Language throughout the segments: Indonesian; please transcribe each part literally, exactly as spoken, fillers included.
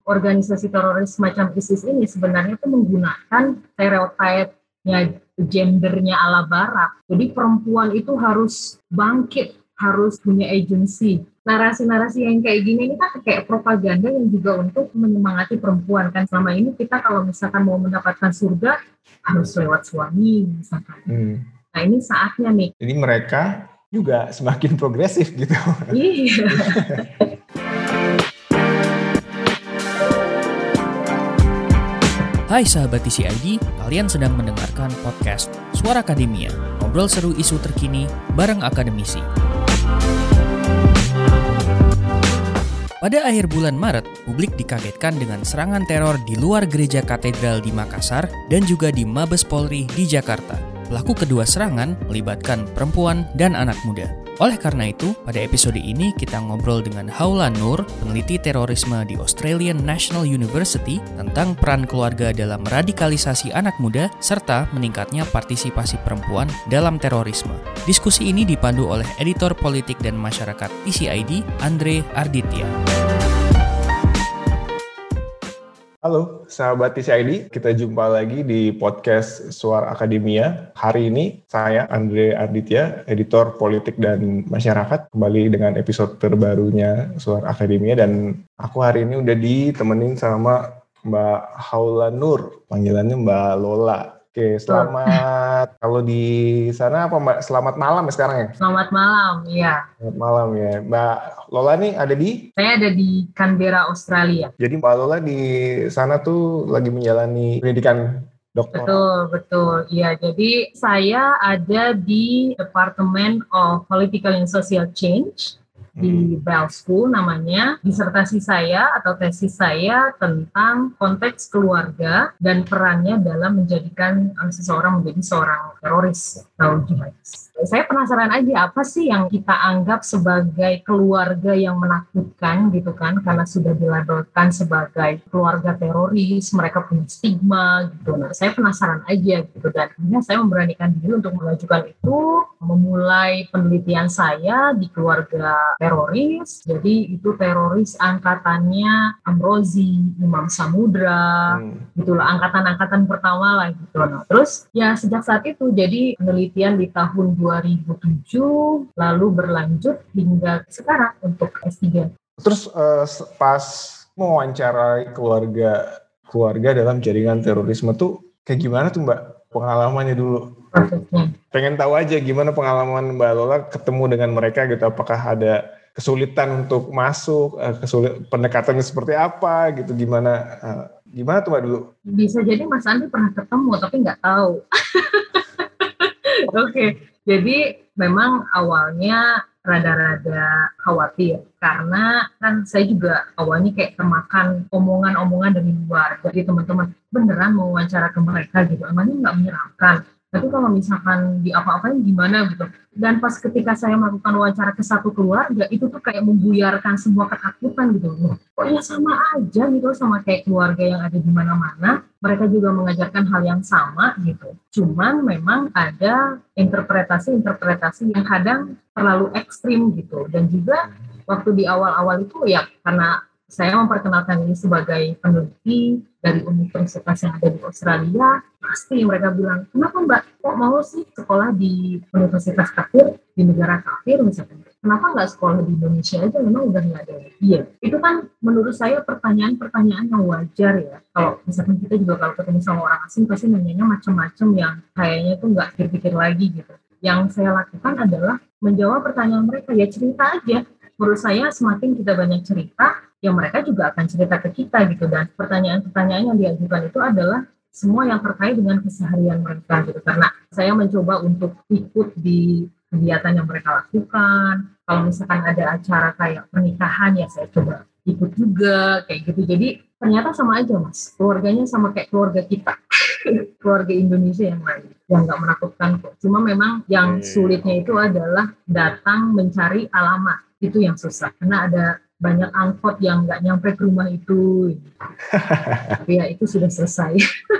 organisasi teroris semacam ISIS ini sebenarnya itu menggunakan stereotipnya gendernya ala barat. Jadi perempuan itu harus bangkit, harus punya agency. Narasi-narasi yang kayak gini ini kan kayak propaganda yang juga untuk menyemangati perempuan kan. Selama ini kita kalau misalkan mau mendapatkan surga harus lewat suami misalkan. Hmm. Nah ini saatnya nih. Jadi mereka juga semakin progresif gitu. Iya. Hai sahabat T C I D, kalian sedang mendengarkan podcast Suara Akademia, ngobrol seru isu terkini bareng akademisi. Pada akhir bulan Maret, publik dikagetkan dengan serangan teror di luar gereja katedral di Makassar dan juga di Mabes Polri di Jakarta. Pelaku kedua serangan melibatkan perempuan dan anak muda. Oleh karena itu, pada episode ini kita ngobrol dengan Haula Nur, peneliti terorisme di Australian National University, tentang peran keluarga dalam radikalisasi anak muda serta meningkatnya partisipasi perempuan dalam terorisme. Diskusi ini dipandu oleh editor politik dan masyarakat T C I D, Andre Arditya. Halo sahabat T C I D, kita jumpa lagi di podcast Suara Akademia. Hari ini saya Andre Arditya, editor politik dan masyarakat, kembali dengan episode terbarunya Suara Akademia, dan aku hari ini udah ditemenin sama Mbak Haula Nur, panggilannya Mbak Lola. Oke, selamat. Kalau di sana apa Mbak? Selamat malam ya sekarang ya? Selamat malam, iya. Selamat malam ya. Mbak Lola nih ada di? Saya ada di Canberra, Australia. Jadi Mbak Lola di sana tuh lagi menjalani pendidikan doktorat. Betul, betul. Iya, jadi saya ada di Department of Political and Social Change. Di Bell School namanya. Disertasi saya atau tesis saya tentang konteks keluarga dan perannya dalam menjadikan seseorang menjadi seorang teroris atau jihadis. Saya penasaran aja apa sih yang kita anggap sebagai keluarga yang menakutkan gitu kan, karena sudah dilabelkan sebagai keluarga teroris, mereka punya stigma gitu. Nah, saya penasaran aja gitu, dan akhirnya saya memberanikan diri untuk mengajukan itu, memulai penelitian saya di keluarga teroris. Jadi itu teroris angkatannya Amrozi, Imam Samudra, hmm. gitulah, angkatan-angkatan pertama lah gitu. Nah, terus ya sejak saat itu jadi penelitian di tahun dua ribu tujuh lalu berlanjut hingga sekarang untuk S tiga. Terus uh, pas mewawancarai keluarga keluarga dalam jaringan terorisme tuh kayak gimana tuh Mbak pengalamannya dulu? Prosesnya. Pengen tahu aja gimana pengalaman Mbak Lola ketemu dengan mereka gitu, apakah ada kesulitan untuk masuk, kesulit pendekatannya seperti apa gitu, gimana uh, gimana tuh Mbak dulu? Bisa jadi Mas Andi pernah ketemu tapi nggak tahu. Oke. Okay. Jadi memang awalnya rada-rada khawatir karena kan saya juga awalnya kayak termakan omongan-omongan dari luar dari teman-teman, beneran mau wawancara ke mereka gitu, emangnya nggak menyeramkan? Tapi kalau misalkan di apa-apain gimana gitu. Dan pas ketika saya melakukan wawancara ke satu keluarga, itu tuh kayak membuyarkan semua ketakutan gitu. Pokoknya sama aja gitu, sama kayak keluarga yang ada di mana-mana. Mereka juga mengajarkan hal yang sama gitu. Cuman memang ada interpretasi-interpretasi yang kadang terlalu ekstrim gitu. Dan juga waktu di awal-awal itu ya karena saya memperkenalkan ini sebagai peneliti dari universitas yang ada di Australia, pasti mereka bilang, kenapa Mbak, kok mau sih sekolah di universitas kafir, di negara kafir misalkan? Kenapa nggak sekolah di Indonesia aja, memang udah nggak ada? Iya, itu kan menurut saya pertanyaan-pertanyaan yang wajar ya. Kalau misalkan kita juga kalau ketemu sama orang asing, pasti nanyanya macam-macam yang kayaknya tuh nggak pikir-pikir lagi gitu. Yang saya lakukan adalah menjawab pertanyaan mereka, ya cerita aja. Menurut saya semakin kita banyak cerita, ya mereka juga akan cerita ke kita gitu, dan pertanyaan-pertanyaan yang diajukan itu adalah semua yang terkait dengan keseharian mereka gitu, karena saya mencoba untuk ikut di kegiatan yang mereka lakukan. Kalau misalkan ada acara kayak pernikahan ya saya coba ikut juga kayak gitu. Jadi ternyata sama aja Mas, keluarganya sama kayak keluarga kita. Keluarga Indonesia yang lain yang nggak menakutkan kok. Cuma memang yang sulitnya itu adalah datang mencari alamat, itu yang susah karena ada banyak angkot yang nggak nyampe ke rumah itu. Tapi ya itu sudah selesai.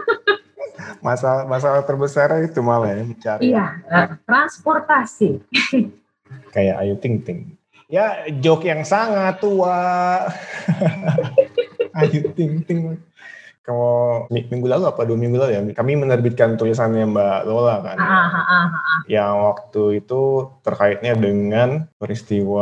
masalah masalah terbesar itu malah ya mencari. Iya, uh, transportasi. Kayak Ayu Ting Ting. Ya joke yang sangat tua. Ayu Ting Ting. Kalau minggu lalu apa dua minggu lalu ya, kami menerbitkan tulisannya Mbak Lola kan. Ah, ah, ah, ah. Yang waktu itu terkaitnya dengan peristiwa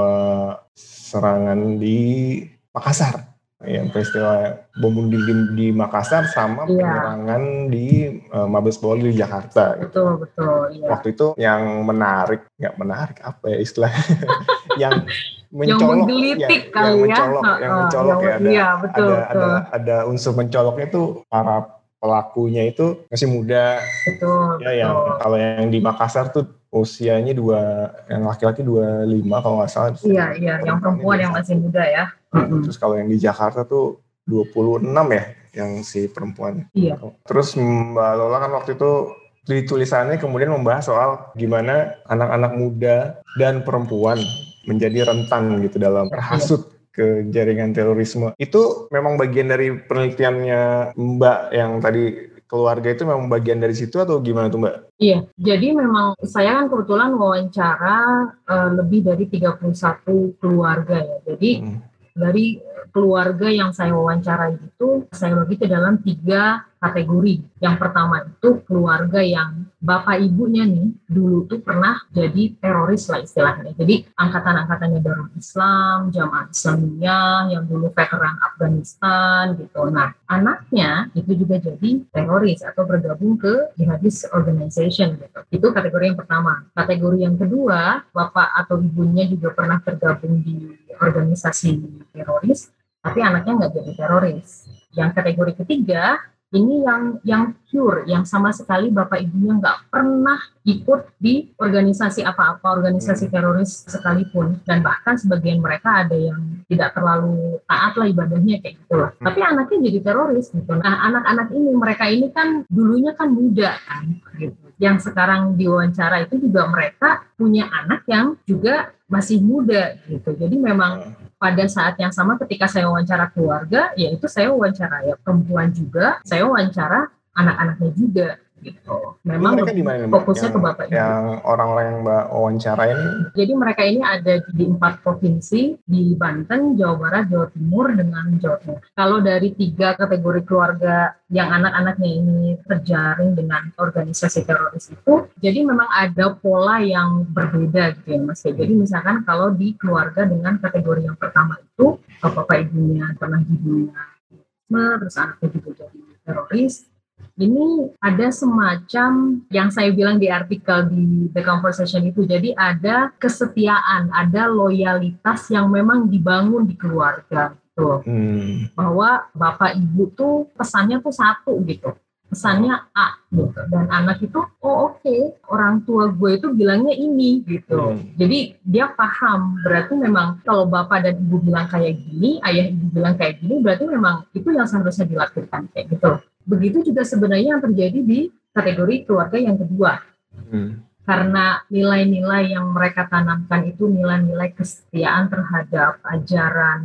serangan di Makassar. Ya, peristiwa bom bunuh diri di, di Makassar sama Iya. penyerangan di uh, Mabes Polri di Jakarta. Gitu. Betul, betul. Iya. Waktu itu yang menarik, nggak menarik apa ya istilahnya, yang mencolok, yang menggelitik ya, kali yang ya. mencolok, Uh, yang mencolok uh, ya ada, iya, betul, ada, betul. ada, ada unsur mencoloknya itu para pelakunya itu masih muda. Betul. Ya, betul. yang kalau yang di Makassar tuh usianya dua, yang laki-laki dua puluh lima kalau nggak salah. Iya, iya, yang perempuan yang masih muda ya. Terus kalau yang di Jakarta tuh dua puluh enam ya, yang si perempuan. Iya. Terus Mbak Lola kan waktu itu di tulisannya kemudian membahas soal gimana anak-anak muda dan perempuan menjadi rentan gitu dalam terhasut ke jaringan terorisme. Itu memang bagian dari penelitiannya Mbak yang tadi keluarga itu memang bagian dari situ atau gimana tuh Mbak? Iya, jadi memang saya kan kebetulan wawancara uh, lebih dari tiga puluh satu keluarga ya. Jadi hmm. dari keluarga yang saya wawancarai itu saya bagi ke dalam tiga kategori. Yang pertama itu keluarga yang bapak ibunya nih dulu tuh pernah jadi teroris lah istilahnya. Jadi angkatan-angkatannya Darul Islam, Jamaah Islamiyah yang dulu veteran Afghanistan gitu. Nah, anaknya itu juga jadi teroris atau bergabung ke jihadist organization gitu. Itu kategori yang pertama. Kategori yang kedua, bapak atau ibunya juga pernah tergabung di organisasi teroris, tapi anaknya nggak jadi teroris. Yang kategori ketiga, ini yang yang pure, yang sama sekali bapak ibunya nggak pernah ikut di organisasi apa-apa, organisasi teroris sekalipun. Dan bahkan sebagian mereka ada yang tidak terlalu taat lah ibadahnya kayak gitu lah. Tapi anaknya jadi teroris gitu. Nah, anak-anak ini, mereka ini kan dulunya kan muda kan gitu. Yang sekarang diwawancara itu juga mereka punya anak yang juga masih muda gitu. Jadi memang pada saat yang sama ketika saya wawancara keluarga, yaitu saya wawancara ya perempuan juga, saya wawancara anak-anaknya juga gitu. Memang dimana, fokusnya yang, ke bapak ibu. Yang orang-orang yang Mbak wawancarain. Jadi mereka ini ada di empat provinsi, di Banten, Jawa Barat, Jawa Timur, dengan Jawa Tengah. Kalau dari tiga kategori keluarga yang anak-anaknya ini terjaring dengan organisasi teroris itu, jadi memang ada pola yang berbeda gitu ya Mas. Jadi misalkan kalau di keluarga dengan kategori yang pertama itu, bapak ibunya pernah dibunuh, terus anaknya juga jadi teroris. Ini ada semacam yang saya bilang di artikel di The Conversation itu, jadi ada kesetiaan, ada loyalitas yang memang dibangun di keluarga gitu. Hmm. Bahwa bapak ibu tuh pesannya tuh satu gitu, pesannya A gitu, dan anak itu oh oke okay, orang tua gue itu bilangnya ini gitu. Hmm. Jadi dia paham, berarti memang kalau bapak dan ibu bilang kayak gini, ayah ibu bilang kayak gini, berarti memang itu yang seharusnya dilakukan kayak gitu. Begitu juga sebenarnya yang terjadi di kategori keluarga yang kedua. Hmm. Karena nilai-nilai yang mereka tanamkan itu nilai-nilai kesetiaan terhadap ajaran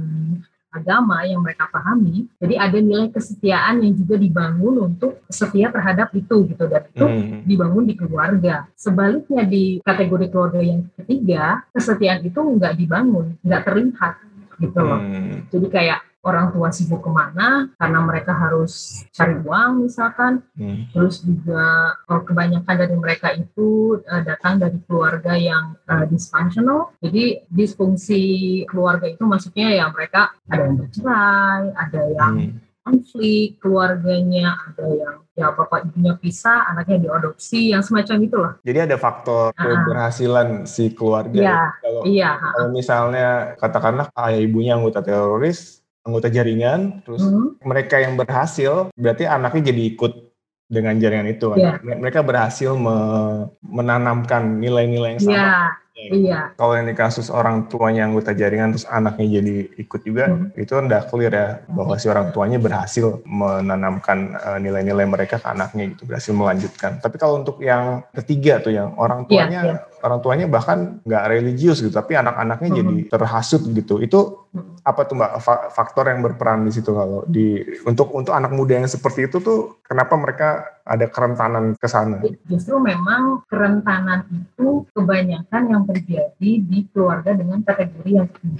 agama yang mereka pahami. Jadi ada nilai kesetiaan yang juga dibangun untuk setia terhadap itu gitu, dan itu hmm. dibangun di keluarga. Sebaliknya di kategori keluarga yang ketiga, kesetiaan itu nggak dibangun, nggak terlihat gitu loh. Hmm. Jadi kayak orang tua sibuk kemana karena mereka harus cari uang misalkan, hmm. terus juga oh, kebanyakan dari mereka itu uh, datang dari keluarga yang uh, dysfunctional. Jadi disfungsi keluarga itu maksudnya ya mereka ada yang bercerai, ada yang hmm. konflik keluarganya, ada yang ya bapak ibunya pisah, anaknya diadopsi, yang semacam itulah. Jadi ada faktor uh, keberhasilan si keluarga. Iya, ya. Kalau, iya. Kalau misalnya katakanlah ayah ibunya anggota teroris, anggota jaringan, terus hmm. mereka yang berhasil, berarti anaknya jadi ikut dengan jaringan itu kan. Yeah. Mereka berhasil me- menanamkan nilai-nilai yang sama. Yeah. Ya, iya. Kalau yang di kasus orang tuanya anggota jaringan terus anaknya jadi ikut juga, hmm. itu kan udah clear ya bahwa si orang tuanya berhasil menanamkan uh, nilai-nilai mereka ke anaknya gitu, berhasil melanjutkan. Tapi kalau untuk yang ketiga tuh yang orang tuanya yeah, yeah. orang tuanya bahkan nggak religius gitu, tapi anak-anaknya hmm. jadi terhasut gitu. Itu apa tuh Mbak faktor yang berperan di situ kalau di untuk untuk anak muda yang seperti itu tuh kenapa mereka ada kerentanan ke sana? Justru memang kerentanan itu kebanyakan yang terjadi di keluarga dengan kategori yang ketiga.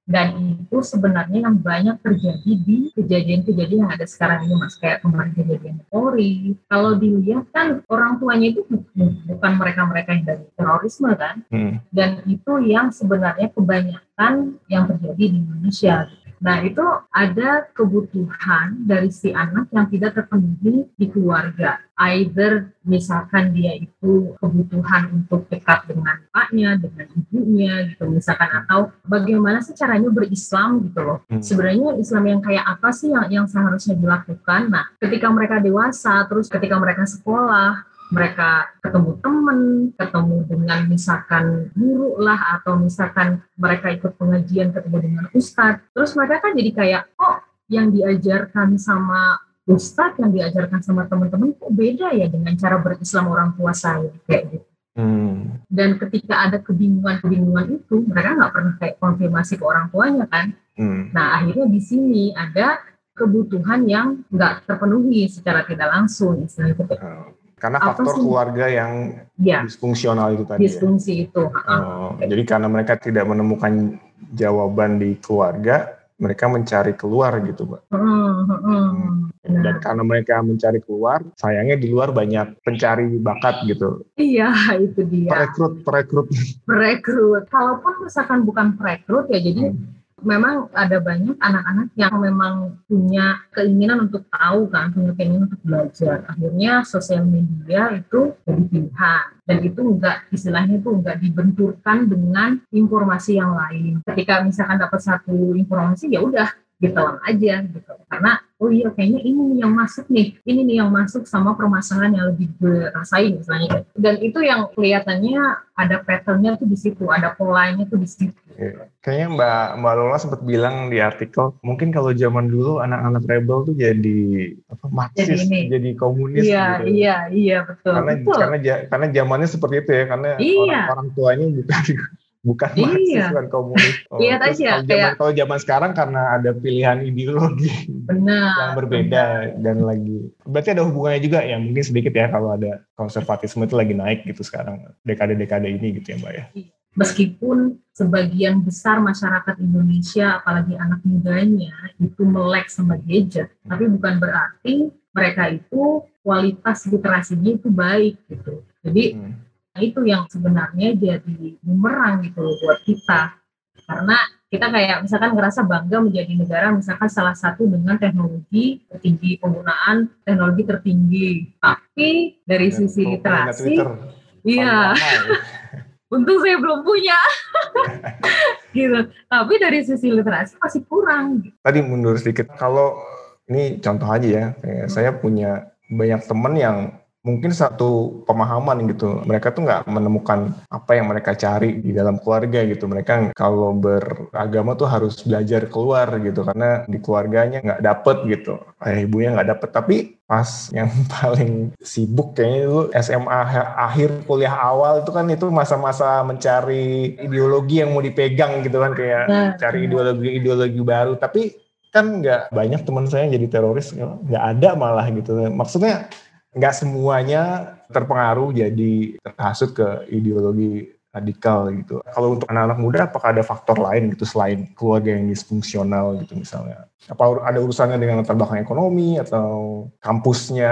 Dan itu sebenarnya yang banyak terjadi di kejadian-kejadian yang ada sekarang ini, Mas. Kayak kemarin kejadian Polri. Kalau dilihat kan orang tuanya itu bukan mereka-mereka yang dari terorisme kan. Hmm. Dan itu yang sebenarnya kebanyakan yang terjadi di Indonesia. Nah, itu ada kebutuhan dari si anak yang tidak terpenuhi di keluarga. Either misalkan dia itu kebutuhan untuk dekat dengan bapaknya, dengan ibunya gitu misalkan, atau bagaimana sih caranya berislam gitu loh. Hmm. Sebenarnya Islam yang kayak apa sih yang, yang seharusnya dilakukan? Nah, ketika mereka dewasa, terus ketika mereka sekolah, mereka ketemu teman, ketemu dengan misalkan guru lah, atau misalkan mereka ikut pengajian, ketemu dengan ustadz. Terus mereka kan jadi kayak, oh yang diajarkan sama ustadz, yang diajarkan sama teman-teman kok beda ya dengan cara berislam orang tua saya, kayak gitu. Hmm. Dan ketika ada kebingungan-kebingungan itu, mereka nggak pernah kayak konfirmasi ke orang tuanya kan. Hmm. Nah akhirnya di sini ada kebutuhan yang nggak terpenuhi secara tidak langsung, istilahnya gitu. Karena faktor keluarga yang ya, disfungsional itu tadi. Disfungsi ya? Itu. Oh, jadi karena mereka tidak menemukan jawaban di keluarga, mereka mencari keluar gitu, Mbak. Hmm, hmm, hmm. Dan karena mereka mencari keluar, sayangnya di luar banyak pencari bakat gitu. Iya, itu dia. Perekrut, perekrut. Perekrut. Kalaupun misalkan bukan perekrut ya, jadi hmm. memang ada banyak anak-anak yang memang punya keinginan untuk tahu kan, punya keinginan untuk belajar. Akhirnya sosial media itu jadi pilihan. Dan itu enggak, istilahnya itu enggak dibenturkan dengan informasi yang lain. Ketika misalkan dapat satu informasi, ya udah ditelan aja gitu. Karena oh iya kayaknya ini nih yang masuk nih, ini nih yang masuk sama permasalahan yang lebih gue rasain misalnya. Dan itu yang kelihatannya ada pattern-nya tuh di situ, ada polanya tuh di situ. Kayaknya Mbak Mbak Lola sempat bilang di artikel, mungkin kalau zaman dulu anak-anak rebel tuh jadi apa, Marxis, jadi, jadi komunis. Iya, gitu. iya, iya betul. Karena betul. karena karena zamannya seperti itu ya, karena iya. orang, orang tuanya bukan bukan iya. Marxis, bukan komunis. Oh, lihat aja kalau zaman, kayak kalau zaman sekarang karena ada pilihan ideologi benar, yang berbeda benar. Dan lagi berarti ada hubungannya juga ya, mungkin sedikit ya kalau ada konservatisme itu lagi naik gitu sekarang dekade-dekade ini gitu ya Mbak ya. Meskipun sebagian besar masyarakat Indonesia, apalagi anak mudanya, itu melek sama gadget, tapi bukan berarti mereka itu kualitas literasinya itu baik gitu. Jadi hmm. itu yang sebenarnya jadi bumerang gitu buat kita. Karena kita kayak misalkan ngerasa bangga menjadi negara misalkan salah satu dengan teknologi tertinggi, penggunaan teknologi tertinggi. Tapi dari Dan sisi literasi, iya. Untung saya belum punya, gitu. Tapi dari sisi literasi masih kurang. Tadi mundur sedikit. Kalau ini contoh aja ya, kayak hmm. saya punya banyak teman yang mungkin satu pemahaman gitu. Mereka tuh nggak menemukan apa yang mereka cari di dalam keluarga gitu. Mereka kalau beragama tuh harus belajar keluar gitu, karena di keluarganya nggak dapet gitu. Ayah ibunya nggak dapet. Tapi pas yang paling sibuk kayaknya itu S M A akhir kuliah awal itu kan itu masa-masa mencari ideologi yang mau dipegang gitu kan, kayak nah, cari ideologi-ideologi baru. Tapi kan nggak banyak teman saya yang jadi teroris, nggak ada malah gitu. Maksudnya nggak semuanya terpengaruh jadi terhasut ke ideologi radikal gitu. Kalau untuk anak-anak muda, apakah ada faktor lain gitu selain keluarga yang disfungsional gitu misalnya? Apa ada urusannya dengan latar belakang ekonomi atau kampusnya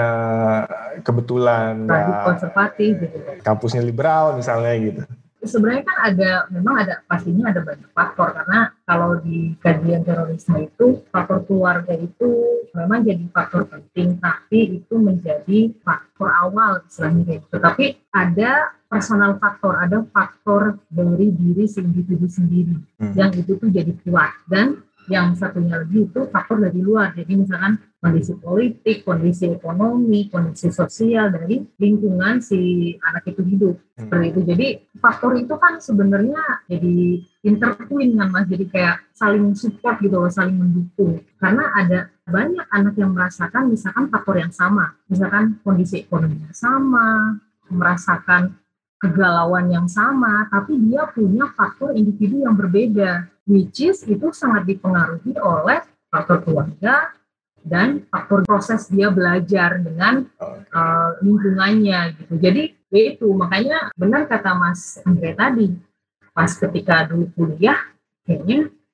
kebetulan nah, konservatif gitu. Kampusnya liberal misalnya gitu? Sebenarnya kan ada, memang ada, pastinya ada banyak faktor, karena kalau di kajian terorisme itu faktor keluarga itu memang jadi faktor penting, tapi itu menjadi faktor awal istilahnya gitu. Tapi ada personal faktor, ada faktor dari diri si individu sendiri hmm. yang itu tuh jadi kuat, dan yang satunya lagi itu faktor dari luar. Jadi misalkan kondisi politik, kondisi ekonomi, kondisi sosial dari lingkungan si anak itu hidup. Seperti itu. Jadi faktor itu kan sebenarnya jadi intertwin kan Mas. Jadi kayak saling support gitu loh, saling mendukung. Karena ada banyak anak yang merasakan misalkan faktor yang sama. Misalkan kondisi ekonominya sama, merasakan kegalauan yang sama, tapi dia punya faktor individu yang berbeda, which is itu sangat dipengaruhi oleh faktor keluarga dan faktor proses dia belajar dengan uh, lingkungannya gitu. Jadi itu makanya benar kata Mas Andre tadi, pas ketika dulu kuliah kayaknya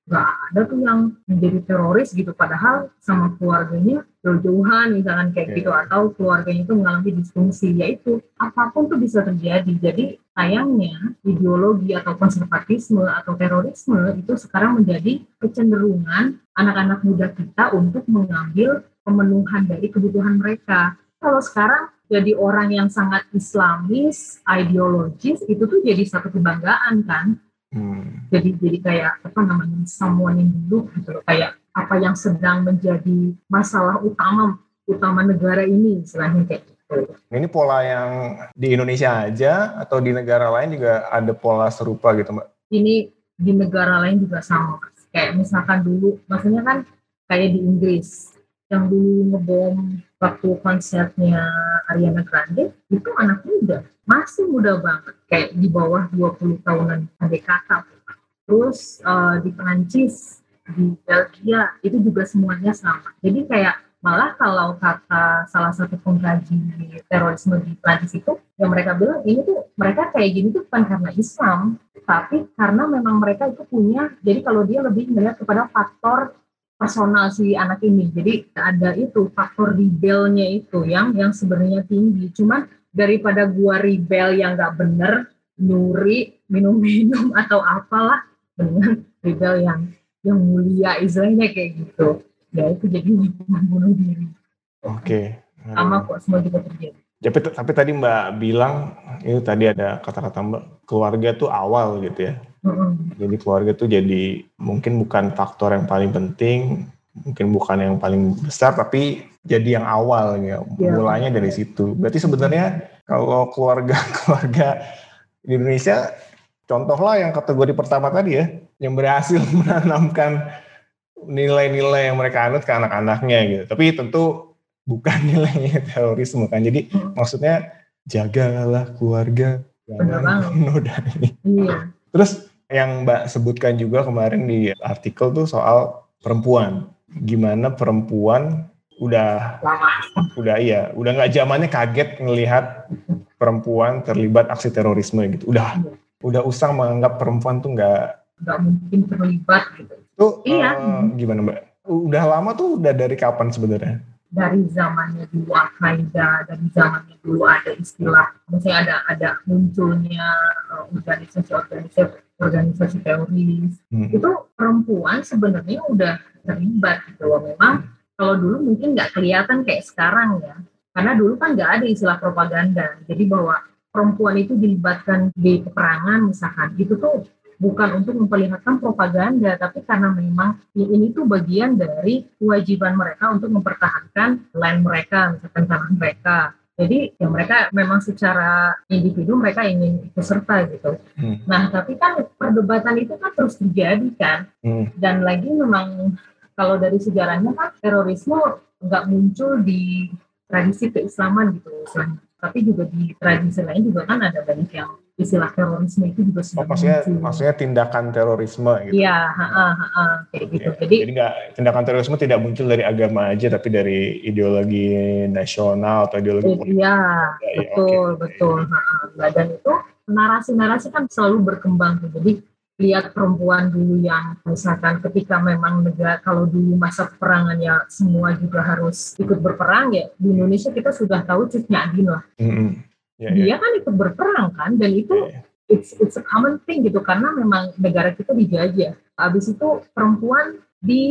nggak ada tuh yang menjadi teroris gitu, padahal sama keluarganya jauh-jauhan misalkan kayak Oke. gitu, atau keluarganya itu mengalami disfungsi, yaitu apapun tuh bisa terjadi. Jadi sayangnya ideologi atau konservatisme atau terorisme itu sekarang menjadi kecenderungan anak-anak muda kita untuk mengambil pemenuhan dari kebutuhan mereka. Kalau sekarang jadi orang yang sangat islamis, ideologis, itu tuh jadi satu kebanggaan kan. Hmm. Jadi jadi kayak apa namanya, someone yang dulu gitu loh, kayak apa yang sedang menjadi masalah utama utama negara ini, istilahnya kayak gitu. Ini pola yang di Indonesia aja atau di negara lain juga ada pola serupa gitu, Mbak? Ini di negara lain juga sama, kayak misalkan dulu, maksudnya kan kayak di Inggris yang dulu ngebom waktu konsernya Ariana Grande, itu anak muda, masih muda banget, kayak di bawah dua puluh tahunan adik kakak. Terus uh, di Perancis, di Belgia, itu juga semuanya sama. Jadi kayak malah kalau kata salah satu pengkaji terorisme di Perancis itu, yang mereka bilang ini tuh mereka kayak gini tuh bukan karena Islam, tapi karena memang mereka itu punya, jadi kalau dia lebih melihat kepada faktor personal si anak ini. Jadi ada itu faktor rebelnya itu yang yang sebenarnya tinggi. Cuman daripada gua rebel yang nggak bener, nyuri, minum-minum atau apalah, dengan rebel yang yang mulia, istilahnya kayak gitu. Ya itu jadi membunuh diri. Oke. Sama kok, semua juga terjadi. Tapi, tapi tadi Mbak bilang, itu tadi ada kata-kata Mbak, keluarga tuh awal gitu ya. Mm-hmm. Jadi keluarga tuh jadi mungkin bukan faktor yang paling penting, mungkin bukan yang paling besar, tapi jadi yang awal ya. Ya. Mulanya dari situ. Berarti sebenarnya kalau keluarga-keluarga di Indonesia, contohlah yang kategori pertama tadi ya, yang berhasil menanamkan nilai-nilai yang mereka anut ke anak-anaknya gitu. Tapi tentu bukan nilainya terorisme kan. Jadi hmm. maksudnya jagalah keluarga, jangan menodai. Iya. Terus yang Mbak sebutkan juga kemarin di artikel tuh soal perempuan. Gimana perempuan udah Lama. udah iya, udah nggak zamannya kaget ngelihat perempuan terlibat aksi terorisme gitu. Udah iya. udah usang menganggap perempuan tuh nggak nggak mungkin terlibat gitu. Tuh iya. Uh, gimana Mbak? Udah lama tuh, udah dari kapan sebenarnya? Dari zamannya dulu Al-Qaeda, dari zamannya dulu ada istilah, misalnya ada ada munculnya uh, organisasi-organisasi organisasi teroris, hmm. itu perempuan sebenarnya udah terlibat gitu loh. Memang kalau dulu mungkin nggak kelihatan kayak sekarang ya, karena dulu kan nggak ada istilah propaganda, jadi bahwa perempuan itu dilibatkan di peperangan misalkan, itu tuh bukan untuk memperlihatkan propaganda, tapi karena memang ini tuh bagian dari kewajiban mereka untuk mempertahankan land mereka, misalkan tanah mereka. Jadi ya mereka memang secara individu mereka ingin ikut serta gitu. Hmm. Nah tapi kan perdebatan itu kan terus terjadi kan. Hmm. Dan lagi memang kalau dari sejarahnya kan terorisme nggak muncul di tradisi keislaman gitu misalnya. Tapi juga di tradisi lain juga kan ada banyak yang istilah terorisme itu juga sudah oh, maksudnya, muncul. Maksudnya tindakan terorisme gitu? Iya, kayak okay. gitu. Jadi, Jadi nggak, tindakan terorisme tidak muncul dari agama aja, tapi dari ideologi nasional atau ideologi politik? Iya, ya, betul, okay. betul. Nah, dan itu narasi-narasi kan selalu berkembang. Jadi lihat perempuan dulu yang misalkan ketika memang negara, kalau dulu masa peperangan ya semua juga harus ikut berperang ya, di Indonesia kita sudah tahu Cut Nyak Dien lah. Mm-hmm. Yeah, dia yeah. kan ikut berperang kan, dan itu yeah, yeah. it's it's a common thing gitu, karena memang negara kita dijajah. Habis itu perempuan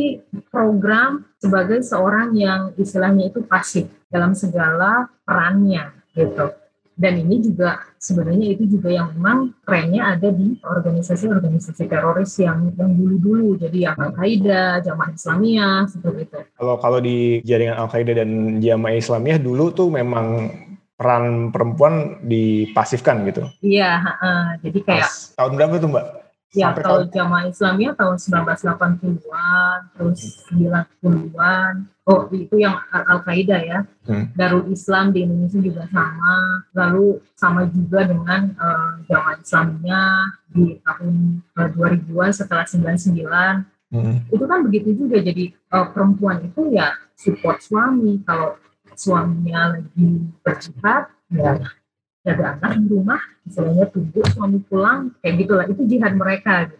diprogram sebagai seorang yang istilahnya itu pasif dalam segala perannya gitu. Dan ini juga sebenarnya itu juga yang memang trennya ada di organisasi-organisasi teroris yang yang dulu-dulu, jadi yang Al-Qaeda, Jamaah Islamiyah seperti itu. Kalau kalau di jaringan Al-Qaeda dan Jamaah Islamiyah dulu tuh memang peran perempuan dipasifkan gitu. Iya, uh, jadi kayak Pas, tahun berapa tuh Mbak? Ya, Sampai kalau tahun... Jamaah Islamiyah tahun sembilan belas delapan puluhan, terus sembilan puluhan. Oh, itu yang Al-Qaeda ya. Hmm. Darul Islam di Indonesia juga sama. Lalu sama juga dengan uh, Jamaah Islamiyah di tahun uh, dua ribuan setelah sembilan puluh sembilan. Hmm. Itu kan begitu juga. Jadi uh, perempuan itu ya support suami. Kalau suaminya lagi berjihad, ya jaga anak di rumah, misalnya tunggu suami pulang, kayak gitulah, itu jihad mereka gitu.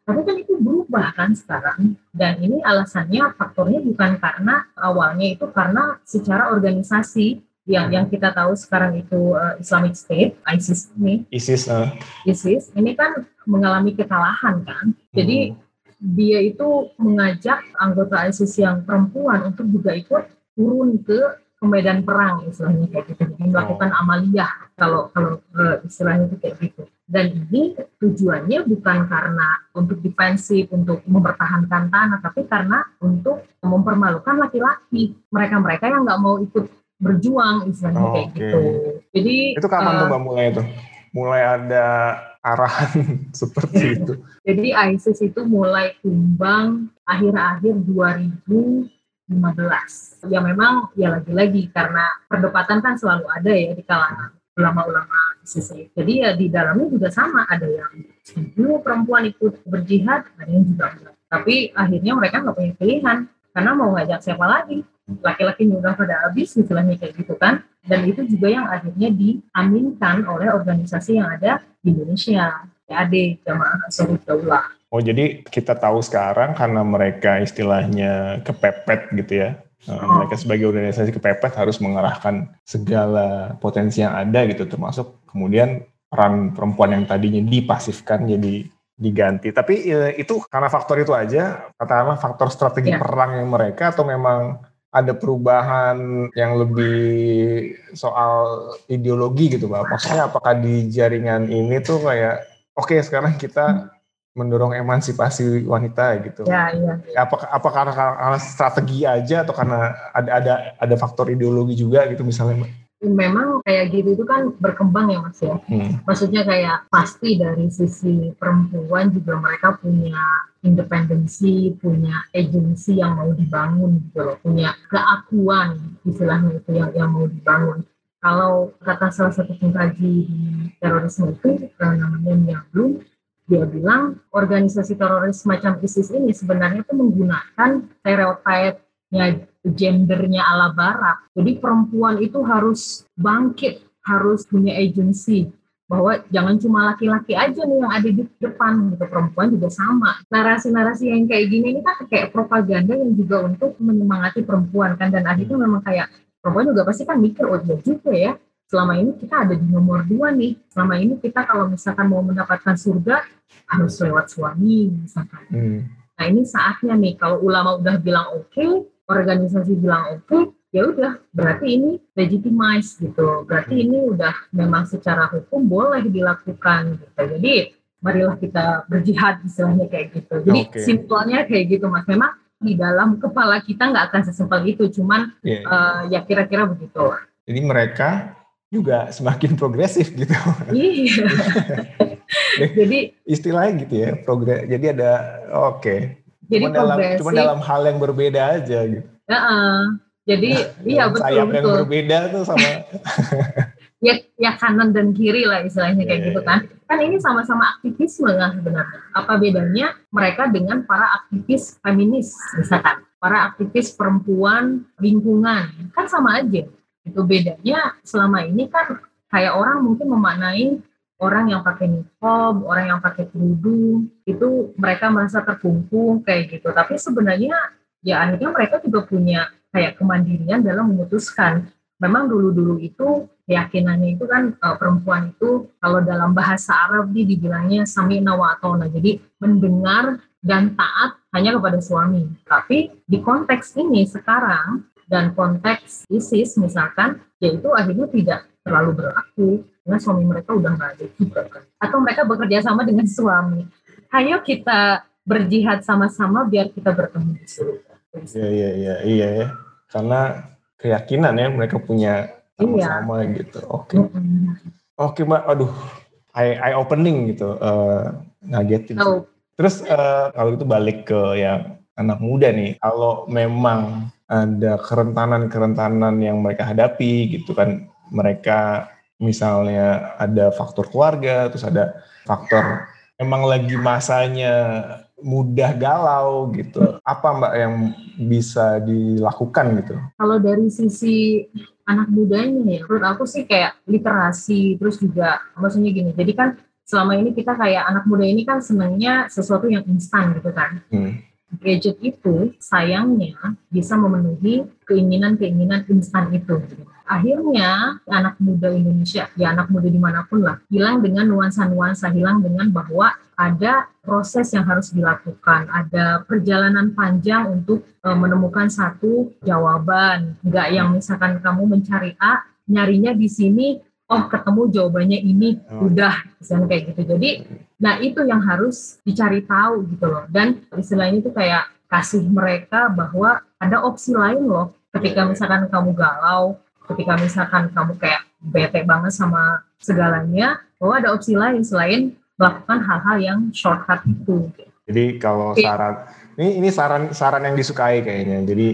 Tapi kan itu berubah kan sekarang. Dan ini alasannya, faktornya bukan karena awalnya itu karena secara organisasi yang yang kita tahu sekarang itu uh, Islamic State, ISIS ini. ISIS. Uh. ISIS ini kan mengalami kekalahan kan. Jadi hmm. dia itu mengajak anggota ISIS yang perempuan untuk juga ikut turun ke ke medan perang istilahnya kayak gitu, jadi melakukan amaliyah kalau kalau uh, istilahnya itu kayak gitu. Dan ini tujuannya bukan karena untuk defensif, untuk mempertahankan tanah, tapi karena untuk mempermalukan laki-laki, mereka-mereka yang nggak mau ikut berjuang istilahnya oh, kayak okay. gitu. Jadi itu kapan uh, tuh Mbak mulai itu? Mulai ada arahan seperti itu. Jadi ISIS itu mulai tumbang akhir-akhir dua ribu lima belas. Ya memang ya lagi-lagi karena perdebatan kan selalu ada ya di kalangan ulama-ulama ISIS. Jadi ya di dalamnya juga sama, ada yang setuju perempuan ikut berjihad, ada yang juga enggak. Tapi akhirnya mereka nggak punya pilihan karena mau ngajak siapa lagi, laki-laki udah pada habis istilahnya kayak gitu kan. Dan itu juga yang akhirnya diaminkan oleh organisasi yang ada di Indonesia, P A D, Jamaah Ansarud Daulah. Oh, jadi kita tahu sekarang karena mereka istilahnya kepepet gitu ya. Oh. Mereka sebagai organisasi kepepet harus mengerahkan segala potensi yang ada gitu, termasuk kemudian peran perempuan yang tadinya dipasifkan jadi diganti. Tapi itu karena faktor itu aja, katakanlah faktor strategi yeah. perang yang mereka, atau memang ada perubahan yang lebih soal ideologi gitu Mbak? Maksudnya apakah di jaringan ini tuh kayak, oke okay, sekarang kita mendorong emansipasi wanita gitu. Ya, iya. Apakah apa karena, karena strategi aja atau karena ada ada ada faktor ideologi juga gitu misalnya Mbak? Memang kayak gitu itu kan berkembang ya Mas ya. Hmm. Maksudnya kayak pasti dari sisi perempuan juga mereka punya independensi, punya agensi yang mau dibangun gitu loh, punya keakuan istilahnya itu yang yang mau dibangun. Kalau kata salah satu pengkaji di terorisme itu namanya Mia Blum, dia bilang organisasi teroris macam ISIS ini sebenarnya itu menggunakan stereotipnya gendernya ala barat. Jadi perempuan itu harus bangkit, harus punya agensi, bahwa jangan cuma laki-laki aja nih yang ada di depan gitu, perempuan juga sama. Narasi-narasi yang kayak gini ini kan kayak propaganda yang juga untuk menyemangati perempuan kan, dan akhirnya memang kayak perempuan juga pasti kan mikir, oh iya juga ya, selama ini kita ada di nomor dua nih, selama ini kita kalau misalkan mau mendapatkan surga harus lewat suami misalkan. Hmm. Nah ini saatnya nih, kalau ulama udah bilang oke, okay, organisasi bilang oke, okay, ya udah berarti ini legitimize gitu, berarti hmm. ini udah memang secara hukum boleh dilakukan gitu. Jadi marilah kita berjihad istilahnya kayak gitu. Jadi okay. simpelnya kayak gitu Mas. Memang di dalam kepala kita nggak akan sesimpel itu, cuman yeah. uh, ya kira-kira begitu. Jadi mereka juga semakin progresif gitu. Iya. Jadi istilahnya gitu ya, progres. Jadi ada oke. Okay. Jadi cuma dalam cuma dalam hal yang berbeda aja gitu. Uh-uh. Jadi iya betul sayap betul. yang berbeda tuh sama ya ya kanan dan kiri lah istilahnya kayak yeah. gitu kan. Kan ini sama-sama aktivisme lah sebenarnya. Apa bedanya mereka dengan para aktivis feminis misalkan, para aktivis perempuan lingkungan, kan sama aja. Itu bedanya selama ini kan kayak orang mungkin memaknai orang yang pakai niqab, orang yang pakai kerudung, itu mereka merasa terkungkung kayak gitu. Tapi sebenarnya ya akhirnya mereka juga punya kayak kemandirian dalam memutuskan. Memang dulu-dulu itu keyakinannya itu kan uh, perempuan itu kalau dalam bahasa Arab dia dibilangnya sami'na wa ata'na. Jadi mendengar dan taat hanya kepada suami. Tapi di konteks ini sekarang dan konteks ISIS misalkan, yaitu akhirnya tidak terlalu berlaku karena suami mereka udah nggak ada juga kan. Atau mereka bekerja sama dengan suami. Ayo kita berjihad sama-sama biar kita bertemu di surga. Iya iya iya iya ya. Karena keyakinan ya mereka punya sama-sama iya. gitu. Oke. Okay. Mm-hmm. Oke okay, Mbak, aduh, eye, eye opening gitu, uh, ngagetin. Oh. Terus uh, kalau itu balik ke yang anak muda nih, kalau memang ada kerentanan-kerentanan yang mereka hadapi gitu kan, mereka misalnya ada faktor keluarga, terus ada faktor emang lagi masanya mudah galau gitu. Apa Mbak yang bisa dilakukan gitu? Kalau dari sisi anak mudanya ya, menurut aku sih kayak literasi, terus juga maksudnya gini, jadi kan selama ini kita kayak anak muda ini kan senangnya sesuatu yang instan gitu kan. Hmm. Gadget itu sayangnya bisa memenuhi keinginan-keinginan instan itu. Akhirnya anak muda Indonesia, ya anak muda dimanapun lah, hilang dengan nuansa-nuansa, hilang dengan bahwa ada proses yang harus dilakukan, ada perjalanan panjang untuk e, menemukan satu jawaban. Nggak yang misalkan kamu mencari A, nyarinya di sini, oh ketemu jawabannya ini, udah, misalnya kayak gitu. Jadi, nah itu yang harus dicari tahu gitu loh. Dan istilahnya itu kayak kasih mereka bahwa ada opsi lain loh. Ketika misalkan kamu galau, ketika misalkan kamu kayak bete banget sama segalanya, bahwa ada opsi lain selain melakukan hal-hal yang shortcut itu. Jadi kalau saran, ini ini saran saran yang disukai kayaknya. Jadi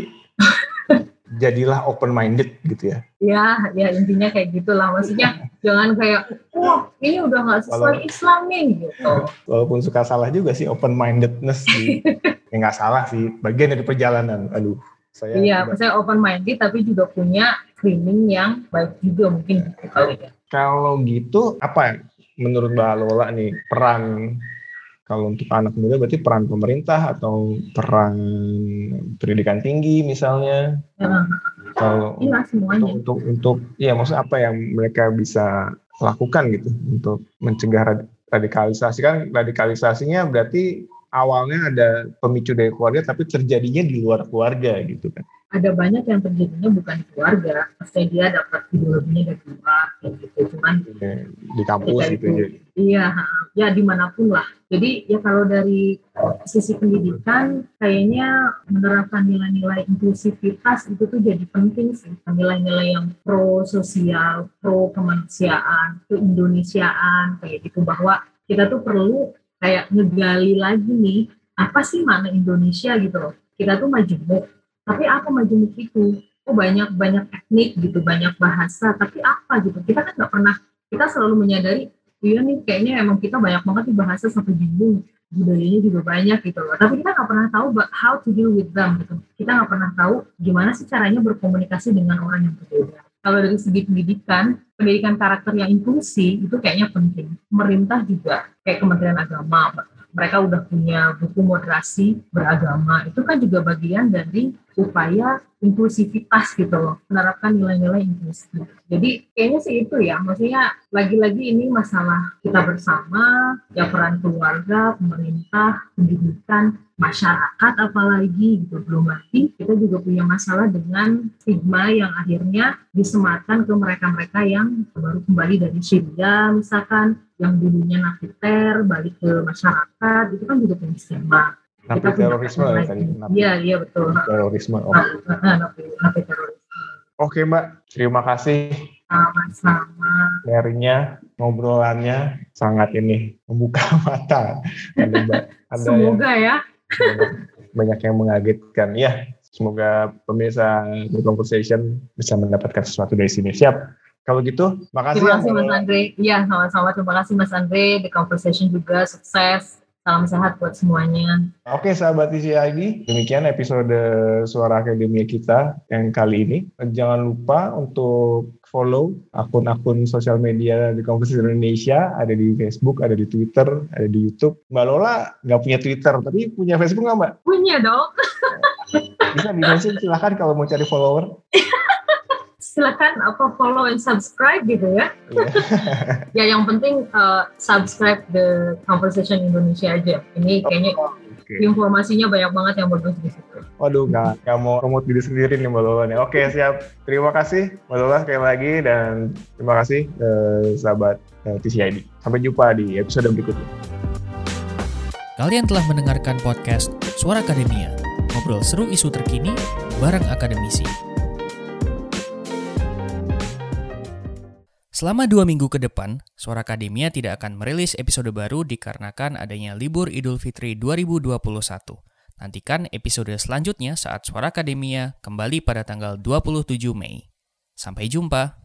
jadilah open minded gitu ya. Ya, ya intinya kayak gitulah. Maksudnya jangan kayak, wah oh, ini udah nggak sesuai Walau, Islam nih gitu. Walaupun suka salah juga sih open mindedness. Ya nggak salah sih, bagian dari perjalanan. Aduh, saya. Iya, saya open minded tapi juga punya screening yang baik juga mungkin gitu kali ya. Kalau gitu apa menurut Mbak Lola nih peran kalau untuk anak muda berarti peran pemerintah atau peran pendidikan tinggi misalnya? Ya. Kalau iya, semuanya. Untuk, untuk untuk ya maksudnya apa yang mereka bisa lakukan gitu untuk mencegah radikalisasi, kan radikalisasinya berarti awalnya ada pemicu dari keluarga tapi terjadinya di luar keluarga gitu kan. Ada banyak yang terjadinya bukan di keluarga, pasti dia dapat ideologinya dari luar kayak gitu, cuman di kampus gitu ya. Iya, ya dimanapun lah. Jadi ya kalau dari sisi pendidikan kayaknya menerapkan nilai-nilai inklusivitas itu tuh jadi penting sih. Nilai-nilai yang pro sosial, pro kemanusiaan, keindonesiaan kayak gitu, bahwa kita tuh perlu kayak ngegali lagi nih apa sih mana Indonesia gitu loh. Kita tuh majemuk. Tapi apa majemuk itu? Oh banyak banyak etnik gitu, banyak bahasa. Tapi apa gitu? Kita kan nggak pernah. Kita selalu menyadari, iya nih kayaknya emang kita banyak banget di bahasa sampai bingung. Budayanya juga banyak gitu loh. Tapi kita nggak pernah tahu how to deal with them gitu. Kita nggak pernah tahu gimana sih caranya berkomunikasi dengan orang yang berbeda. Kalau dari segi pendidikan, pendidikan karakter yang inklusi itu kayaknya penting. Pemerintah juga kayak Kementerian Agama, mereka udah punya buku moderasi beragama, itu kan juga bagian dari upaya inklusivitas gitu loh, menerapkan nilai-nilai inklusi. Jadi kayaknya sih itu ya, maksudnya lagi-lagi ini masalah kita bersama, ya peran keluarga, pemerintah, pendidikan, masyarakat apalagi gitu. Belum lagi kita juga punya masalah dengan stigma yang akhirnya disematkan ke mereka-mereka yang baru kembali dari Syria misalkan, yang dulunya napiter, balik ke masyarakat, itu kan juga punya stigma. Napi terorisme ya tadi. Iya, iya betul. Terorisme. Oh. Napi, napi terorisme. Oke Mbak, terima kasih. Sama-sama. Sharingnya, ngobrolannya sangat ini membuka mata. Ada, ada semoga yang, ya. Banyak yang mengagetkan. Ya, semoga pemirsa The Conversation bisa mendapatkan sesuatu dari sini. Siap. Kalau gitu, makasih. Terima kasih ya, Mas Andre. Iya, sama-sama. Terima kasih Mas Andre. The Conversation juga sukses. Salam sehat buat semuanya. Oke, sahabat T C I D, demikian episode Suara Akademia kita yang kali ini. Jangan lupa untuk follow akun-akun sosial media The Conversation Indonesia, ada di Facebook, ada di Twitter, ada di YouTube. Mbak Lola nggak punya Twitter, tapi punya Facebook nggak Mbak? Punya dong. Bisa di-mention, silahkan kalau mau cari follower. Silakan apa follow and subscribe gitu ya. Yeah. Ya yang penting uh, subscribe The Conversation Indonesia aja. Ini kayaknya oh, okay. Informasinya banyak banget yang bagus di situ. Waduh, nggak nggak mau promote diri sendiri nih Mbak Lola nih. Oke, siap. Terima kasih Mbak Lola sekali lagi, dan terima kasih eh, sahabat eh, T C I D. Sampai jumpa di episode berikutnya. Kalian telah mendengarkan podcast Suara Akademia. Ngobrol seru isu terkini bareng akademisi. Selama dua minggu ke depan, Suara Akademia tidak akan merilis episode baru dikarenakan adanya libur Idul Fitri dua ribu dua puluh satu. Nantikan episode selanjutnya saat Suara Akademia kembali pada tanggal dua puluh tujuh Mei. Sampai jumpa!